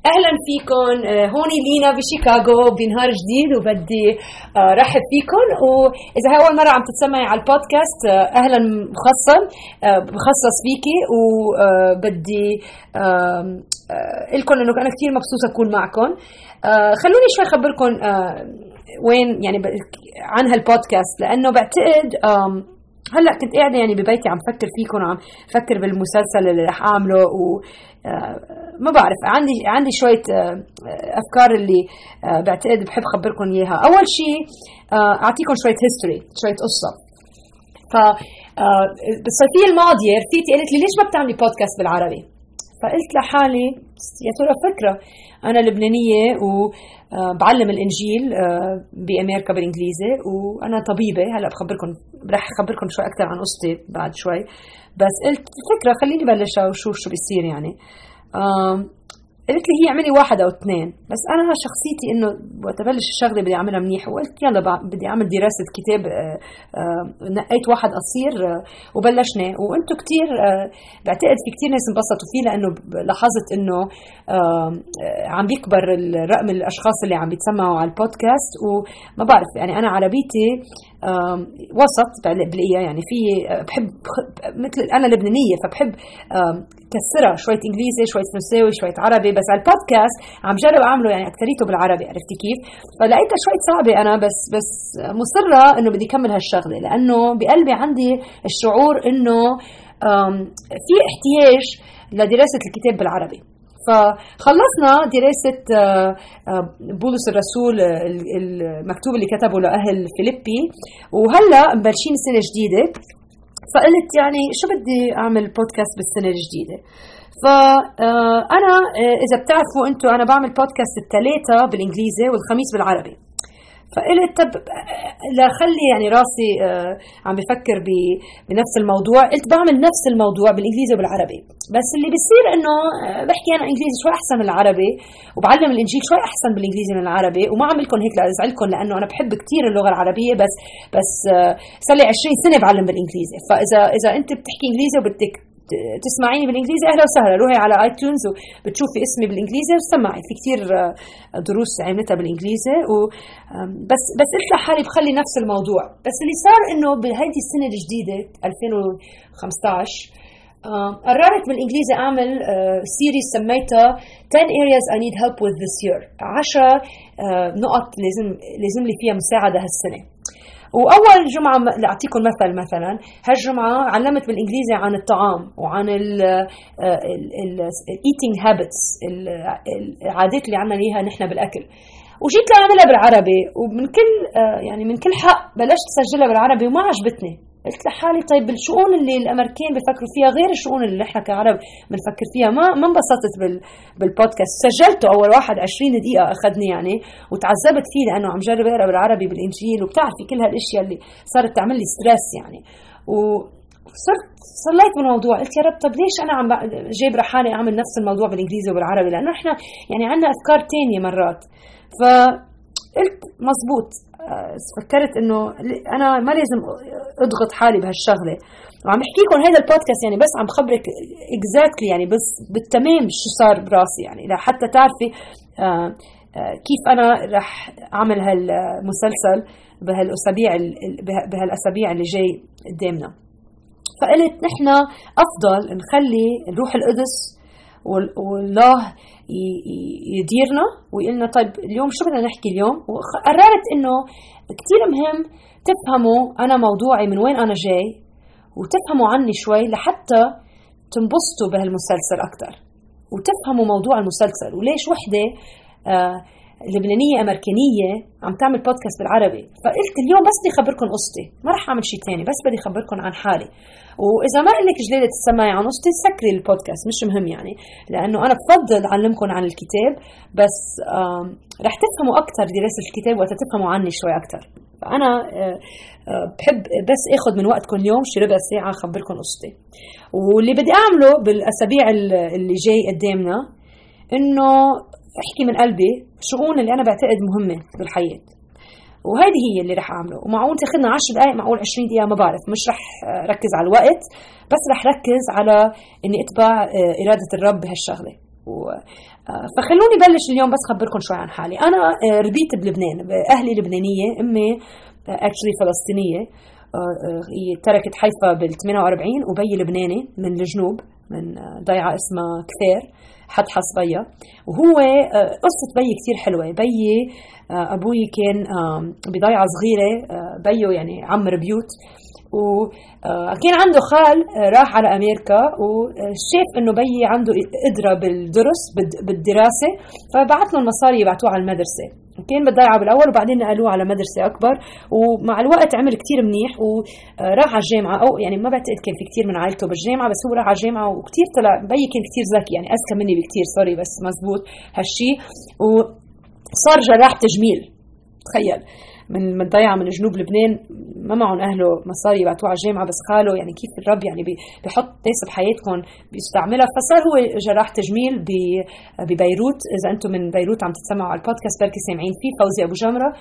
اهلا فيكم. هوني لينا بشيكاغو بنهار جديد وبدي رحب فيكم. واذا اول مره عم تتسمعي على البودكاست اهلا بخصص فيكي. وبدي لكم انه انا كثير مبسوطه اكون معكم. خلوني شوي اخبركم وين يعني عن هالبودكاست، لانه بعتقد هلا كنت قاعده يعني ببيتي عم فكر فيكم وعم فكر بالمسلسل اللي رح اعمله، ما بعرف عندي شويه افكار اللي بعتقد بحب اخبركم اياها. اول شيء اعطيكم شويه هيستوري، شويه قصه. ف بالصيفيه الماضيه رفيقتي قالت لي ليش ما بتعملي بودكاست بالعربي؟ فقلت لحالي يا ترى فكره، انا لبنانيه وبعلم الانجيل بامريكا بالانجليزي، وانا طبيبه. هلا رح اخبركم شوي اكثر عن قصتي بعد شوي، بس قلت فكره خليني بلشها وشوف شو بيصير. يعني قلت لي هي اعملي 1 أو 2، بس انا شخصيتي انه وقت ابلش الشغله بدي اعملها منيح، وقلت يلا بدي اعمل دراسه كتاب. نقيت واحد قصير وبلشنا، وانتم كتير بعتقد في كتير ناس انبسطوا فيه، لانه لاحظت انه عم بيكبر الرقم الاشخاص اللي عم بيتسمعوا على البودكاست. وما بعرف يعني انا عربيتي وسط بلاقيها، يعني في بحب مثل انا لبنانيه فبحب كسرها شويه انجليزي شويه فرنساوي شويه عربي، بس على البودكاست عم جرب اعمله يعني اكثريته بالعربي. عرفتي كيف؟ فلقيتها شوي صعبه انا، بس مصره انه بدي اكمل هالشغله، لانه بقلبي عندي الشعور انه في احتياج لدراسه الكتاب بالعربي. فخلصنا دراسة بولس الرسول المكتوب اللي كتبه لأهل فيليبي، وهلأ مبلشين سنة جديدة. فقلت يعني شو بدي أعمل بودكاست بالسنة الجديدة. فأنا إذا بتعرفوا أنتوا أنا بعمل بودكاست 3 بالإنجليزي والخميس بالعربي. فقلت طب لخلي يعني راسي عم بفكر بنفس الموضوع، قلت بعمل نفس الموضوع بالإنجليزي وبالعربي. بس اللي بيصير إنه بحكي أنا إنجليزي شوي أحسن من العربي، وبعلم الإنجيل شوي أحسن بالإنجليزي من العربي. وما عملكم هيك لأزعلكم، لأنه أنا بحب كتير اللغة العربية، بس صار لي 20 سنة بعلم بالإنجليزي. فإذا أنت بتحكي إنجليزي وبدك تسمعيني بالانجليزي اهلا وسهلا، روحي على ايتونز وبتشوفي اسمي بالانجليزي وسمعي. في كتير دروس عملتها بالانجليزي بس قلت لحالي بخلي نفس الموضوع. بس اللي صار انه بهيدي السنه الجديده 2015 قررت بالانجليزي اعمل سيريز سميتها 10 areas I need help with this year، 10 نقط لازم لي فيها مساعده هالسنه. وأول جمعة لأعطيكم مثلا هالجمعة علمت بالإنجليزي عن الطعام وعن eating habits، العادات اللي عنا ليها نحن بالأكل، وجيت لأعملها بالعربي. ومن كل يعني من كل حق بلشت أسجلها بالعربي وما عجبتني. قلت لحالي طيب الشؤون اللي الامريكان بيفكروا فيها غير الشؤون اللي احنا كعرب بنفكر فيها. ما انبسطت بالبودكاست. سجلته اول واحد 20 دقيقه اخذني يعني، وتعذبت فيه لانه عم جرب اقرا بالعربي بالانجيل، وبتعرفي كل هالاشياء اللي صارت تعمل لي ستريس يعني. صليت بالموضوع، قلت يا رب طب ليش انا عم جايبره حالي اعمل نفس الموضوع بالانجليزي وبالعربي، لانه احنا يعني عندنا افكار تانية مرات. فقلت مزبوط. فكرت انه انا ما لازم اضغط حالي بهالشغله، وعم بحكي لكم هذا البودكاست يعني بس عم بخبرك اكزاكتلي يعني بس بالتمام شو صار براسي، يعني لحتى تعرفي كيف انا رح اعمل هالمسلسل بهالاسابيع اللي جاي قدامنا. فقلت نحن افضل نخلي الروح القدس والله يديرنا ويقولنا طيب اليوم شو بدنا نحكي اليوم. وقررت انه كتير مهم تفهموا انا موضوعي من وين انا جاي، وتفهموا عني شوي لحتى تنبسطوا بهالمسلسل اكتر، وتفهموا موضوع المسلسل وليش وحده لبنانيه امريكانيه عم تعمل بودكاست بالعربي. فقلت اليوم بس بدي اخبركم قصتي، ما رح اعمل شيء تاني، بس بدي اخبركم عن حالي. واذا ما قلك جليله تسمعي عن قصتي سكري البودكاست، مش مهم يعني، لانه انا بفضل اعلمكم عن الكتاب، بس رح تفهموا اكثر دراسه الكتاب وقت تفهموا عني شوي اكثر. فانا بحب بس اخذ من وقتكم اليوم شي ربع ساعه اخبركم قصتي. واللي بدي اعمله بالاسابيع اللي جاي قدامنا انه احكي من قلبي الشؤون اللي انا بعتقد مهمه بالحياه، وهذه هي اللي رح اعمله. ومعقول تاخذنا 10 دقائق، معقول 20 دقيقه، ما بعرف، مش رح ركز على الوقت، بس رح ركز على اني اتبع اراده الرب بهالشغله. فخلوني بلش اليوم بس خبركم شوي عن حالي. أنا ربيت بلبنان، أهلي لبنانية، أمي actually فلسطينية، هي تركت حيفا بال48 وبي لبناني من الجنوب من ضيعة اسمها كثير حتحس بيا. وهو قصة بي كتير حلوة. بي أبوي كان بضيعة صغيرة، بيو يعني عمر بيوت، وكان عنده خال راح على أمريكا وشاف إنه بي عنده قدرة بالدراسة، فبعت له المصاري يبعتوه على المدرسة. وكان بالضيعة بالأول وبعدين نقلوه على مدرسة أكبر، ومع الوقت عمل كتير منيح وراح على الجامعة. أو يعني ما بعتقد كان في كتير من عائلته بالجامعة، بس هو راح على الجامعة وكتير طلع. بي كان كتير ذكي، يعني أذكى مني بكتير، سوري بس مزبوط هالشي. وصار جراح تجميل. تخيل من ضيعة من جنوب لبنان، ما معهم أهله مصاري يبعتوه على الجامعة، بس خاله يعني كيف الرب يعني بيحط ناس بحياتكم بيستعملها. فصار هو جراح تجميل ببيروت. إذا أنتم من بيروت عم تتسمعوا على البودكاست بركي سامعين فيه، فوزي أبو جمرة.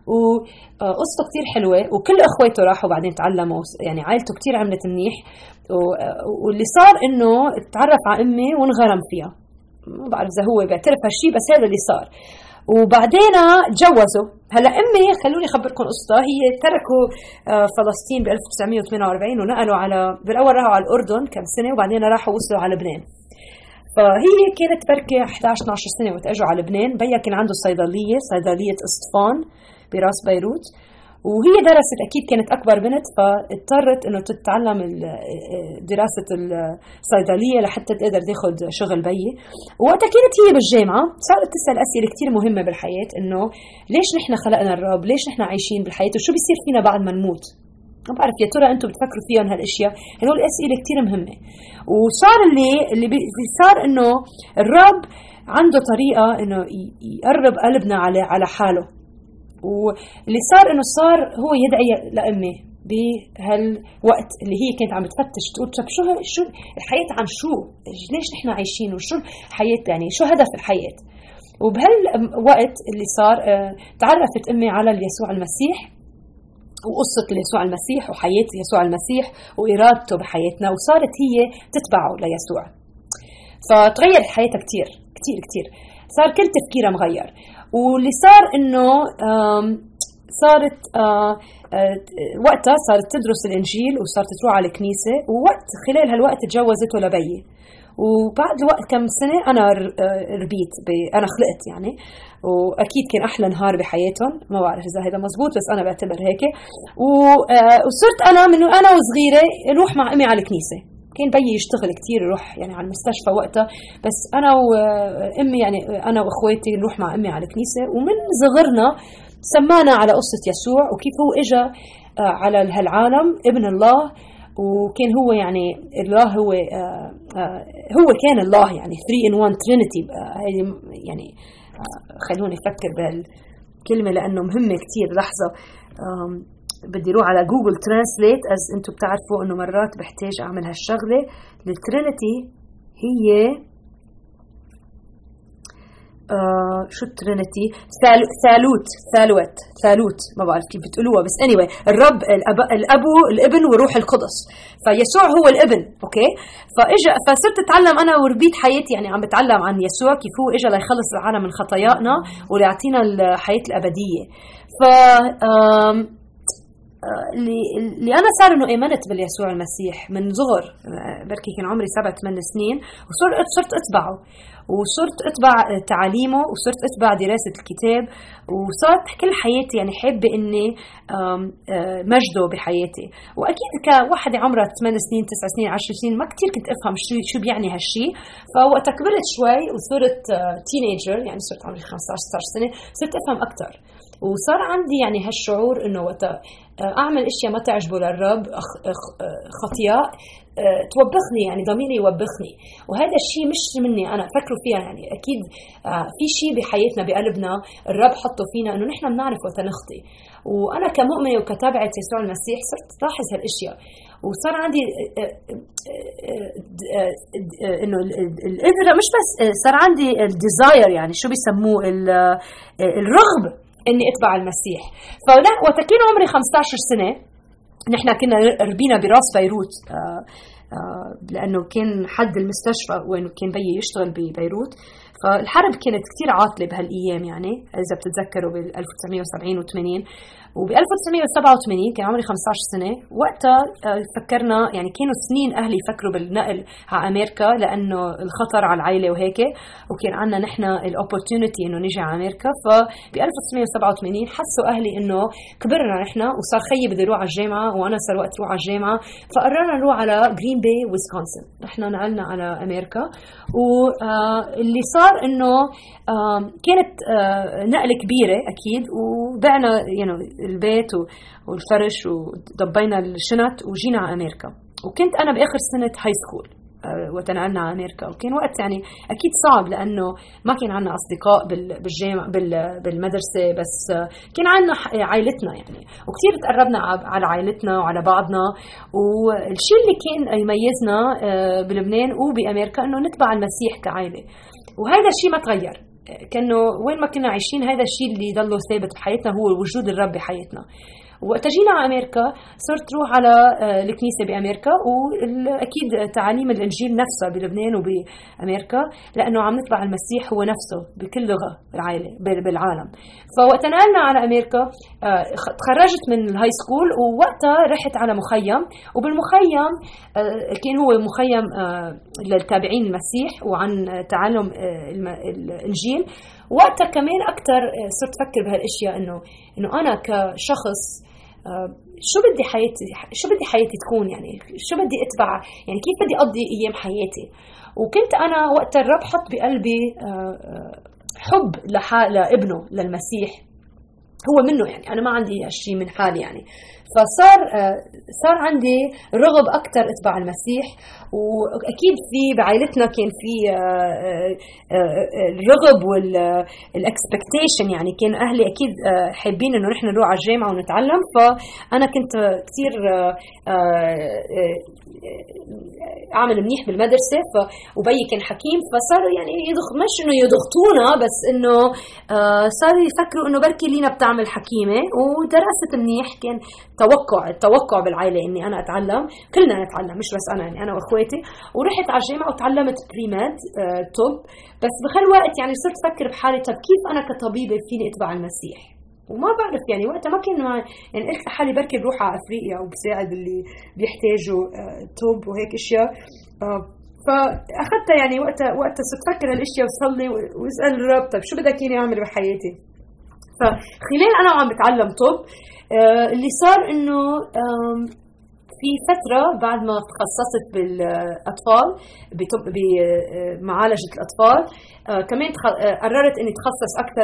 وقصته كتير حلوة، وكل أخواته راحوا بعدين تعلموا، يعني عائلته كتير عملت منيح. واللي صار إنه تعرف على أمي وانغرم فيها. ما بعرف إذا هو بيعترف هالشي، بس هذا اللي صار. وبعدين تجوزوا. هلا امي خلوني اخبركم قصتها. هي تركوا فلسطين ب 1948 ونقلوا على، بالاول راحوا على الاردن كم سنه، وبعدين راحوا وصلوا على لبنان. فهي كانت بركه 11 12 سنه وقت اجوا على لبنان. بيا كان عنده صيدليه اسطفان براس بيروت، وهي درست، أكيد كانت أكبر بنت، فاضطرت إنه تتعلم دراسة الصيدلية لحتى تقدر تاخد شغل بي. ووقتها كانت هي بالجامعة صارت تسأل أسئلة كتير مهمة بالحياة، إنه ليش نحن خلقنا الرب، ليش نحن عايشين بالحياة، وشو بيصير فينا بعد ما نموت. ما بعرف يا ترى أنتم بتفكروا فيهم هالأشياء. هدول الأسئلة كتير مهمة. وصار اللي صار إنه الرب عنده طريقة إنه يقرب قلبنا على حاله. واللي صار إنه صار هو يدعي لأمي بهالوقت اللي هي كانت عم تفتش تقول طب شو الحياة، عن شو، ليش نحن عايشين، وشو الحياة، يعني شو هدف الحياة. وبهالوقت اللي صار تعرفت أمي على يسوع المسيح وقصة يسوع المسيح وحياة يسوع المسيح وإرادته بحياتنا، وصارت هي تتبعه ليسوع. فتغيرت حياتها كتير كتير كتير، صار كل تفكيرها مغير. واللي صار إنه صارت وقتها صارت تدرس الإنجيل وصارت تروح على الكنيسة. ووقت خلال هالوقت تجوزته لبي. وبعد الوقت كم سنة أنا ربيت أنا خلقت يعني، وأكيد كان أحلى نهار بحياتهم. ما بعرف إذا هذا مزبوط بس أنا بعتبر هيك. وصرت أنا من أنا وصغيرة روح مع أمي على الكنيسة. كان بيي يشتغل كتير، يروح يعني على المستشفى وقتها، بس أنا وأمي يعني أنا وأخواتي نروح مع أمي على الكنيسة. ومن صغرنا سمانا على قصة يسوع وكيف هو إجا على هالعالم ابن الله. وكان هو يعني الله، هو كان الله يعني 3 in 1 Trinity. يعني خلوني أفكر بهالكلمة لأنه مهمة كتير. لحظة بدي روح على جوجل ترانسليت. أنتم بتعرفوا إنه مرات بحتاج أعمل هالشغلة. الترينيتي هي شو الترينيتي؟ ثالوت ما بعرف كيف بتقولوها، بس anyway الرب الأبو الابن وروح القدس. فيسوع هو الابن. أوكي، فصرت أتعلم أنا وربيت حياتي يعني عم بتعلم عن يسوع كيف هو إجا ليخلص العالم من خطايانا وليعطينا الحياة الأبدية. اللي أنا صار إنه آمنت باليسوع المسيح من صغر، بركي كان عمري 7-8 سنين، وصرت أتبعه وصرت أتبع تعاليمه وصرت أتبع دراسة الكتاب. وصارت كل حياتي يعني حابة إني مجده بحياتي. وأكيد كواحدة عمرها 8 سنين 9 سنين 10 سنين ما كتير كنت أفهم شو بيعني هالشي. فوقت كبرت شوي وصرت تينيجر، يعني صرت عمري 15-16 سنة، صرت أفهم أكتر. وصار عندي يعني هالشعور إنه وقت أعمل أشياء ما تعجبه للرب، خطيئة توبخني، يعني ضميري يوبخني. وهذا الشيء مش مني أنا، فكروا فيها يعني أكيد في شيء بحياتنا بقلبنا الرب حطه فينا إنه نحن بنعرف وقت نخطي. وأنا كمؤمنة وكتابعة يسوع المسيح صرت لاحظ هالأشياء. وصار عندي إنه القدرة، مش بس صار عندي الديزاير، يعني شو بيسموه الرغبة إني أتبع المسيح. وقت كان عمري 15 سنة، نحن كنا ربينا براس بيروت لأنه كان حد المستشفى وإنه كان بيي يشتغل ببيروت. فالحرب كانت كتير عاطلة بهالأيام، يعني إذا بتتذكروا بال 1970 و80. وب 1987 كان عمري 15 سنة وقتها. فكرنا يعني كانوا سنين أهلي يفكروا بالنقل على أمريكا لأنه الخطر على العائلة وهيك، وكان عنا نحن الأوبورتونيتي إنه نيجي على أمريكا. فب 1987 حسوا أهلي إنه كبرنا نحن وصار خيي بده يروح على الجامعة وأنا صار وقت روح على الجامعة، فقررنا نروح على جرين باي ويسكونسن. نحن نقلنا على أمريكا، واللي صار إنه كانت نقلة كبيرة أكيد، وبعنا البيت والفرش وضبينا الشنط وجينا على أمريكا. وكنت أنا بآخر سنة هاي سكول وتنقلنا على أمريكا، وكان وقت يعني أكيد صعب لأنه ما كان عنا أصدقاء بالجامعة بالمدرسة، بس كان عنا عائلتنا يعني، وكتير تقربنا على عائلتنا وعلى بعضنا. والشيء اللي كان يميزنا بلبنان وبأمريكا إنه نتبع المسيح كعائلة، وهذا الشيء ما تغير. كأنه وين ما كنا عايشين هذا الشيء اللي ضله ثابت بحياتنا هو وجود الرب بحياتنا. وقت جينا على أمريكا صرت روح على الكنيسة بأمريكا، وأكيد تعاليم الإنجيل نفسها بلبنان وبأمريكا، لأنه عم نتبع المسيح هو نفسه بكل لغة بالعالم. فوقت نقلنا على أمريكا تخرجت من الهاي سكول، ووقتها رحت على مخيم، وبالمخيم كان هو مخيم للتابعين المسيح وعن تعلم الإنجيل. وقتها كمان أكتر صرت أفكر بهالأشياء إنه أنا كشخص شو بدي حياتي تكون، يعني شو بدي أتبع، يعني كيف بدي أقضي أيام حياتي. وكنت أنا وقت الرب حط بقلبي حب لابنه للمسيح هو منه، يعني أنا ما عندي شيء من حالي يعني. فصار عندي رغب أكتر أتبع المسيح. وأكيد في بعائلتنا كان في الرغب والإكسبكتيشن، يعني كان أهلي أكيد حابين إنه نحن نروح على الجامعة ونتعلم. فأنا كنت كتير أعمل منيح بالمدرسة، وبيي كان حكيم، فصاروا يعني مش إنه يضغطونا، بس إنه صاروا يفكروا إنه بركي لينا بتعمل حكيمة. ودرست منيح، كان التوقع بالعائلة إني أنا أتعلم، كلنا نتعلم مش بس أنا، يعني أنا وأخواتي. ورحت على الجامعة وتعلمت بريماد طب. بس بهالوقت يعني صرت أفكر بحالي، طب كيف أنا كطبيبة فيني أتبع المسيح؟ وما بعرف يعني وقتها ما كان يعني قلت لحالي بركي بروح على أفريقيا وبساعد اللي بيحتاجوا طب وهيك أشياء. فأخذتها يعني وقتها صرت أفكر هالأشياء وصلي واسأل الرب طب شو بدك إياني أعمل بحياتي. فخلال أنا عم بتعلم طب اللي صار إنه في فترة بعد ما تخصصت بالأطفال بمعالجة الأطفال، كمان قررت إني أتخصص أكثر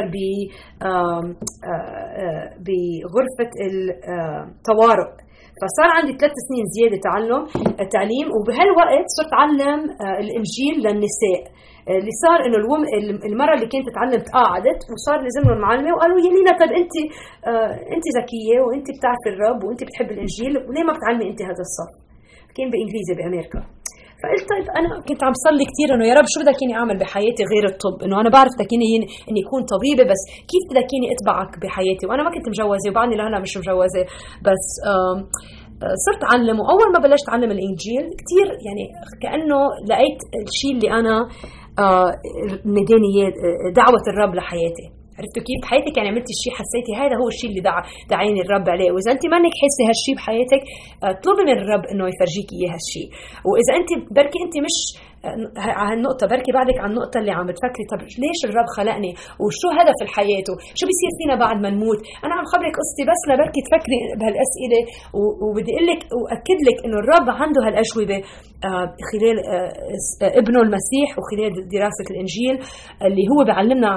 بغرفة الطوارئ. فصار عندي 3 سنين زيادة تعليم. وبهالوقت صرت أتعلم الإنجيل للنساء. اللي صار إنه المرة اللي كانت تتعلم تقاعدت، وصار لزمهم المعلمة وقالوا يلينا طب أنت ذكية وأنت بتعرف الرب وأنت بتحب الإنجيل، وليه ما بتعلمي أنت هذا الصف؟ كان بإنجليزي بأمريكا. فقلت طيب أنا كنت عم صلي كتير إنه يا رب شو بدك إني أعمل بحياتي غير الطب؟ إنه أنا بعرف بدك إني أكون طبيبة، بس كيف بدك إني أتبعك بحياتي؟ وأنا ما كنت مجوزة وبعدني لهلا مش مجوزة. بس صرت أعلم. وأول ما بلشت أعلم الإنجيل كتير يعني كأنه لقيت الشيء اللي أنا نداني دعوة الرب لحياتي. عرفتوا كيف حياتك يعني عملتي الشيء حسيتي هذا هو الشيء اللي دعيني الرب عليه. واذا انت مانك حاسه هالشيء بحياتك اطلبي من الرب انه يفرجيكي اياه هالشيء. واذا انت بركي انت مش على هالنقطه، بركي بعدك على النقطه اللي عم بتفكري طب ليش الرب خلقني وشو هدف الحياه وشو بيصير فينا بعد ما نموت. انا عم خبرك قصتي بس لبركي تفكري بهالاسئله، وبدي اقول لك واكد لك انه الرب عنده هالاجوبه خلال ابنه المسيح وخلال دراسه الانجيل اللي هو بيعلمنا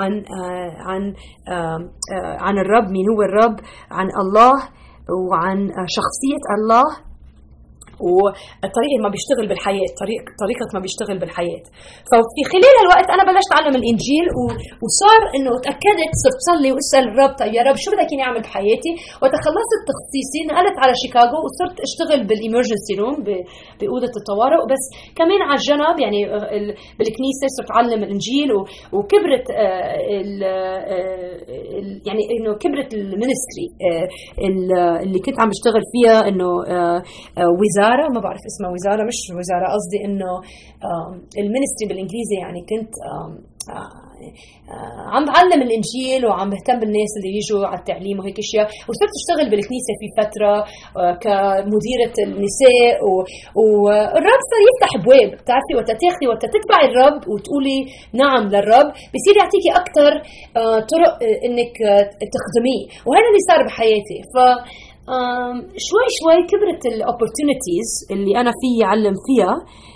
عن الرب، مين هو الرب، عن الله وعن شخصيه الله والطريقة ما بيشتغل بالحياة، طريقة ما بيشتغل بالحياة. ففي خلال الوقت أنا بلشت أعلم الإنجيل وصار إنه تأكدت صرت صلي وأسأل الرب طيب يا رب شو بدك إني أعمل بحياتي. وتخلصت تخصيصي نقلت على شيكاغو وصرت أشتغل بالإمرجنسي روم بأوضة الطوارئ، بس كمان على الجنب يعني بالكنيسة صرت أعلم الإنجيل وكبرت يعني إنه كبرت المينستري اللي كنت عم بشتغل فيها إنه وزارة وزاره، ما بعرف اسمها وزاره، مش وزاره، قصدي انه المينستري بالانجليزي. يعني كنت عم بعلم الانجيل وعم بهتم بالناس اللي يجوا على التعليم وهيك اشياء. وصرت اشتغل بالكنيسه في فتره كمديره النساء، والرب صار يفتح ابواب. بتعرفي وقت تاخذي وقت تتبعي الرب وتقولي نعم للرب، بصير يعطيكي اكثر طرق انك تخدميه. وهذا اللي صار بحياتي. ف شوي شوي كبرت الاوبورتونيتيز اللي انا في اعلم فيها.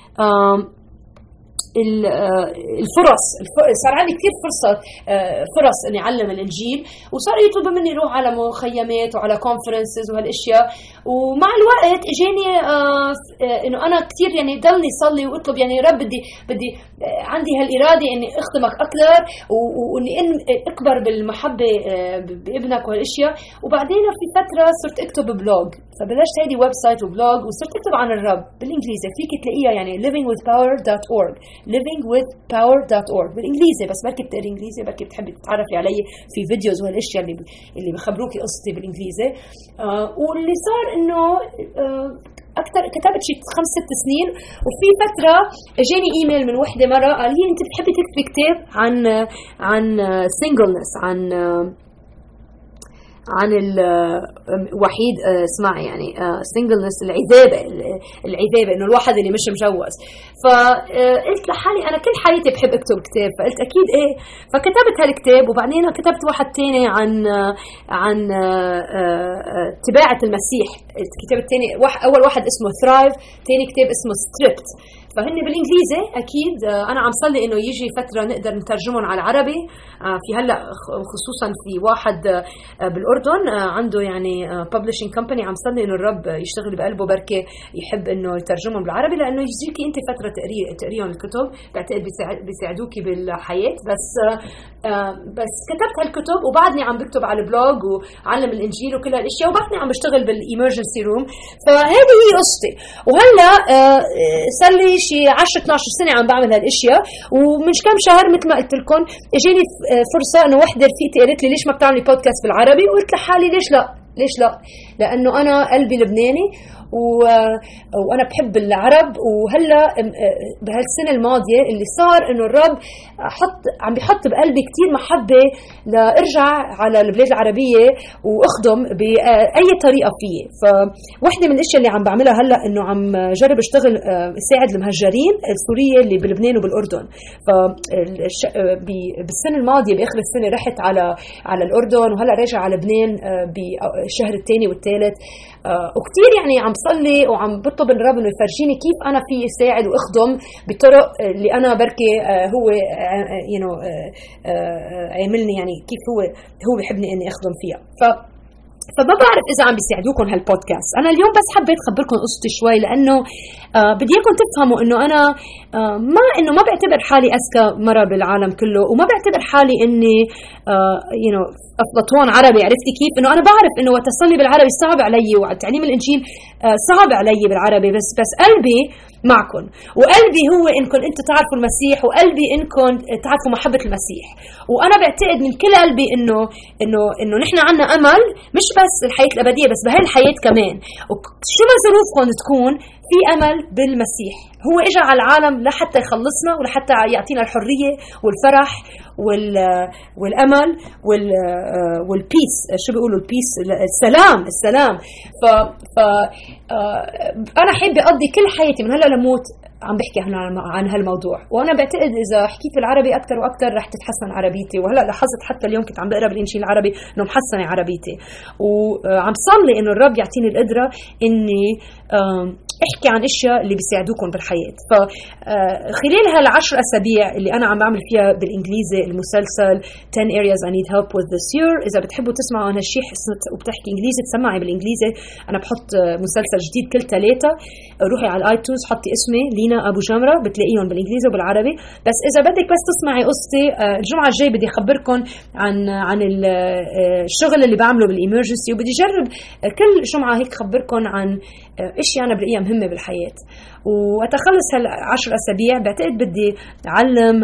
الفرص صار عندي كثير فرص اني اعلم الانجيل، وصار يطلبوا مني اروح على مخيمات وعلى كونفرنسز وهالاشياء. ومع الوقت اجاني انه انا كثير يعني ضلني صلي واطلب، يعني رب بدي عندي هالاراده اني اخدمك اكثر واني اكبر بالمحبه بابنك وهالاشياء. وبعدين في فتره صرت اكتب بلوج، فبلشت هيدي ويب سايت وبلوج، وصرت اكتب عن الرب بالانجليزي. فيك تلاقيها يعني livingwithpower.org livingwithpower.org بالانجليزي، بس بركي بتقري انجليزي، بركي بتحبي تتعرفي علي في فيديوز وهالاشياء اللي بخبروكي قصتي بالانجليزي. واللي صار انه اكثر كتبت شيء 5-6 سنين. وفي فتره اجاني ايميل من وحده مره قال لي انت بتحبي تكتبي كتاب عن سينجلنس، عن الوحيد، اسمعي يعني سينجلنس، العذابة انه الواحد اللي مش مجوز. فقلت لحالي انا كل حياتي بحب اكتب كتاب، فقلت اكيد ايه. فكتبت هالكتاب، وبعدين كتبت واحد تاني عن تباعة المسيح. الكتاب التاني اول واحد اسمه ثرايف، تاني كتاب اسمه ستريبت. فهن بالانجليزي اكيد. انا عم صلي انه يجي فتره نقدر نترجمهم على العربي. في هلا خصوصا في واحد بالاردن عنده يعني publishing company، عم صلي انه الرب يشتغل بقلبه بركه يحب انه يترجمهم بالعربي، لانه يجيكي انت فتره تقريهم الكتب، بعتقد بيساعدوكي بالحياه. بس كتبت هالكتب، وبعدني عم بكتب على البلوج وعلم الانجيل وكل هالاشياء، وبعدني عم بشتغل بالإيمرجنسي روم. فهذه هي قصتي. وهلا صار لي شي 10-12 سنه عم بعمل هالاشياء. ومن كم شهر مثل ما قلت لكم اجاني فرصه انه وحده رفيقتي قالت لي ليش ما بتعملي بودكاست بالعربي؟ وقلت لحالي ليش لا، لانه انا قلبي لبناني وانا بحب العرب. وهلا بهالسنه الماضيه اللي صار انه الرب عم بيحط بقلبي كتير محبه لارجع على البلاد العربيه واخدم باي طريقه فيه. فوحده من الاشياء اللي عم بعملها هلا انه عم جرب اشتغل ساعد المهجرين السوريه اللي بلبنان وبالاردن. بالسنه الماضيه باخر السنه رحت على الاردن، وهلا راجع على لبنان بالشهر الثاني والثالث. وكتير يعني عم صلي وعم بطلب الرب انه يفرجيني كيف انا في ساعد واخدم بطرق اللي انا بركي هو عاملني، يعني كيف هو بيحبني اني اخدم فيها. فما بعرف اذا عم بيساعدوكم هالبودكاست. انا اليوم بس حبيت اخبركم قصتي شوي، لانه بدي اياكم تفهموا انه انا ما بعتبر حالي اذكى مره بالعالم كله، وما بعتبر حالي اني افلاطون عربي. عرفتي كيف؟ انه انا بعرف انه وقت اصلي بالعربي صعب علي، وتعليم الانجيل صعب علي بالعربي، بس قلبي معكم، وقلبي هو انكم انتم تعرفوا المسيح، وقلبي انكم تعرفوا محبه المسيح. وانا بعتقد من كل قلبي انه نحن عنا امل، مش بس الحياه الابديه، بس بهاي الحياه كمان. وشو ما ظروفكم تكون، في امل بالمسيح. هو اجى على العالم لحتى يخلصنا، ولحتى يعطينا الحريه والفرح والامل والبيس. شو بيقولوا البيس؟ السلام. انا حابه اقضي كل حياتي من هلا لموت عم بحكي عن هالموضوع. وانا بعتقد اذا حكيت بالعربي اكثر واكثر رح تتحسن عربيتي. وهلا لاحظت حتى اليوم كنت عم بقرا بالانجيل العربي انه محسنه عربيتي، وعم صلي انه الرب يعطيني القدره اني احكي عن اشياء اللي بيساعدوكم بالحياه. فخلال هال10 اسابيع اللي انا عم بعمل فيها بالانجليزي المسلسل 10 areas I need help with this year، اذا بتحبوا تسمعوا عن هالشيء وبتحكي انجليزي تسمعي بالانجليزي. انا بحط مسلسل جديد كل 3، روحي على الايتونز حطي اسمي لينا ابو جمره، بتلاقيهم بالانجليزي وبالعربي. بس اذا بدك بس تسمعي قصتي، الجمعه الجاي بدي اخبركم عن الشغل اللي بعمله بالإيمرجنسي، وبدي اجرب كل جمعه هيك اخبركم عن اشياء انا بلاقيها مهمه بالحياه. واتخلص هال10 اسابيع بعتقد بدي اعلم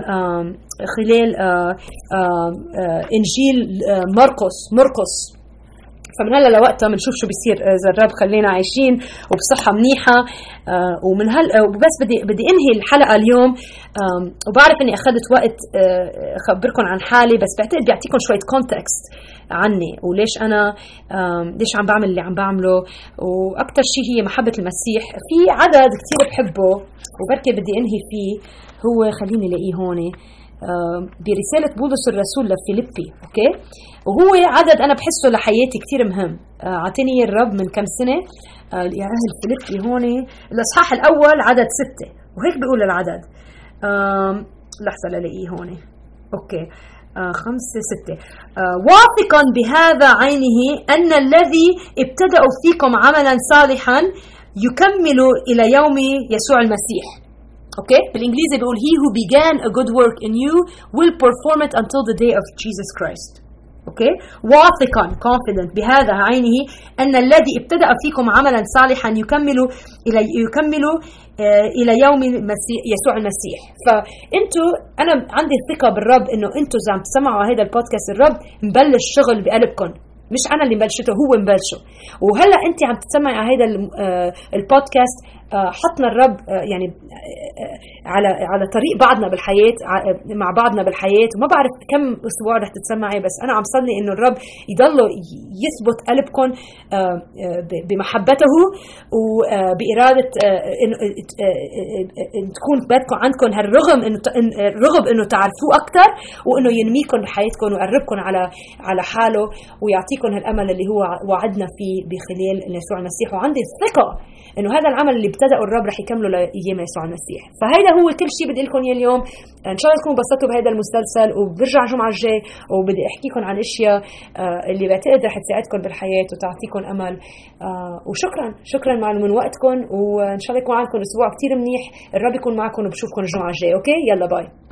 خلال انجيل مرقس. فمن هلا لوقتها بنشوف شو بيصير اذا الرب خلينا عايشين وبصحه منيحه. ومن بس بدي انهي الحلقه اليوم. وبعرف اني اخذت وقت اخبركم عن حالي، بس بعتقد بيعطيكم شويه كونتكست عني وليش انا ليش عم بعمل اللي عم بعمله. واكثر شيء هي محبه المسيح. في عدد كثير بحبه وبركي بدي انهي فيه، هو خليني الاقيه هون برسالة بولس الرسول لفيليبي. اوكي، وهو عدد انا بحسه لحياتي كتير مهم. عطيني الرب من كم سنة. يا اهل فيليبي هون الاصحاح الاول عدد 6، وهيك بيقول العدد. لحظة للاقيه هون. اوكي 5 6. واثقا بهذا عينه ان الذي ابتدأوا فيكم عملا صالحا يكمل الى يوم يسوع المسيح. اوكي، بالانجليزي بيقول he who began a good work in you will perform it until the day of Jesus Christ. اوكي، واثقا confident بهذا عينه ان الذي ابتدأ فيكم عملا صالحا يكمل الى يوم يسوع المسيح. فانتوا انا عندي الثقه بالرب انه انتوا اذا عم تسمعوا هذا البودكاست الرب مبلش شغل بقلبكم، مش انا اللي مبلشته، هو مبلشه. وهلا انت عم تسمعي على هذا البودكاست، حطنا الرب يعني على طريق بعضنا بالحياه، مع بعضنا بالحياه. وما بعرف كم اسبوع رح تتسمعي، بس انا عم صلي انه الرب يضله يثبت قلبكم بمحبته وباراده تكون بدكم عندكم هالرغم انه رغب انه تعرفوه اكثر، وانه ينميكم بحياتكم ويقربكم على حاله ويعطيكم هالامل اللي هو وعدنا فيه بخلال يسوع المسيح. وعندي الثقه انه هذا العمل اللي ابتدأه الرب رح يكمله لايام يسوع المسيح. فهيدا هو كل شيء بدي لكم اليوم. ان شاء الله تكونوا انبسطتوا بهذا المسلسل، وبرجع الجمعه الجاي وبدي احكيكم عن اشياء اللي بعتقد رح تساعدكم بالحياه وتعطيكم امل. شكرا من وقتكم، وان شاء الله يكون عندكم اسبوع كتير منيح. الرب يكون معكم وبشوفكم الجمعه الجاي. اوكي، يلا باي.